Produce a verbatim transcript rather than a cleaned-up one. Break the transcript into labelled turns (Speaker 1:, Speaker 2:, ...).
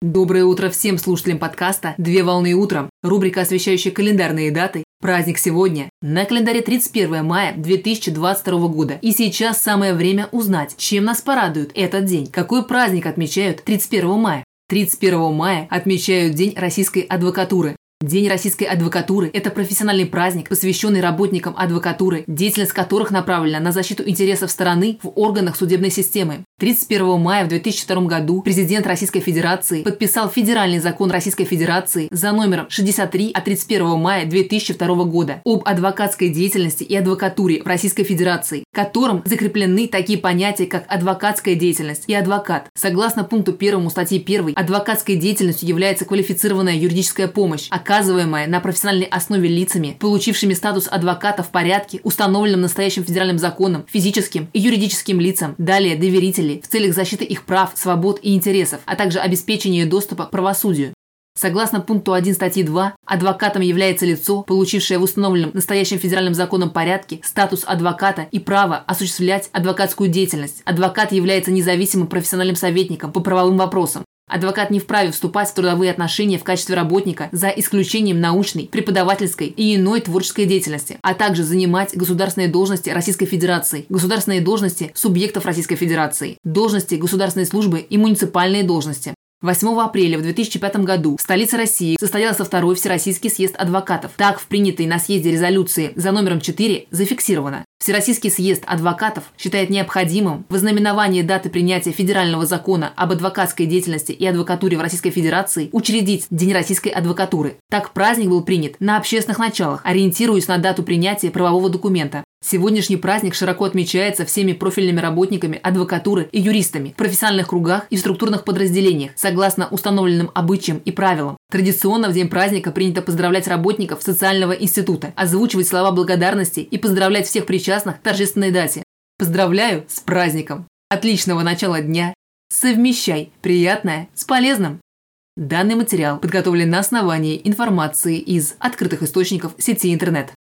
Speaker 1: Доброе утро всем слушателям подкаста «Две волны утром». Рубрика, освещающая календарные даты. Праздник сегодня. На календаре тридцать первое мая две тысячи двадцать второго года. И сейчас самое время узнать, чем нас порадует этот день. Какой праздник отмечают тридцать первого мая? тридцать первого мая отмечают День российской адвокатуры. День российской адвокатуры – это профессиональный праздник, посвященный работникам адвокатуры, деятельность которых направлена на защиту интересов страны в органах судебной системы. тридцать первого мая в две тысячи втором году президент Российской Федерации подписал федеральный закон Российской Федерации за номером шестьдесят три от тридцать первого мая две тысячи второго года об адвокатской деятельности и адвокатуре в Российской Федерации, которым закреплены такие понятия, как адвокатская деятельность и адвокат. Согласно пункту первому статьи первой, адвокатской деятельностью является квалифицированная юридическая помощь, оказываемая на профессиональной основе лицами, получившими статус адвоката в порядке, установленном настоящим федеральным законом, физическим и юридическим лицам, далее доверителей, в целях защиты их прав, свобод и интересов, а также обеспечения доступа к правосудию. Согласно пункту один статьи два, адвокатом является лицо, получившее в установленном настоящим федеральным законом порядке статус адвоката и право осуществлять адвокатскую деятельность. Адвокат является независимым профессиональным советником по правовым вопросам. Адвокат не вправе вступать в трудовые отношения в качестве работника за исключением научной, преподавательской и иной творческой деятельности, а также занимать государственные должности Российской Федерации, государственные должности субъектов Российской Федерации, должности государственной службы и муниципальные должности. восьмого апреля в две тысячи пятом году в столице России состоялся второй Всероссийский съезд адвокатов. Так, в принятой на съезде резолюции за номером четыре зафиксировано: Всероссийский съезд адвокатов считает необходимым в ознаменовании даты принятия федерального закона об адвокатской деятельности и адвокатуре в Российской Федерации учредить День российской адвокатуры. Так, праздник был принят на общественных началах, ориентируясь на дату принятия правового документа. Сегодняшний праздник широко отмечается всеми профильными работниками адвокатуры и юристами в профессиональных кругах и в структурных подразделениях, согласно установленным обычаям и правилам. Традиционно в день праздника принято поздравлять работников социального института, озвучивать слова благодарности и поздравлять всех причастных к торжественной дате. Поздравляю с праздником! Отличного начала дня! Совмещай приятное с полезным! Данный материал подготовлен на основании информации из открытых источников сети интернет.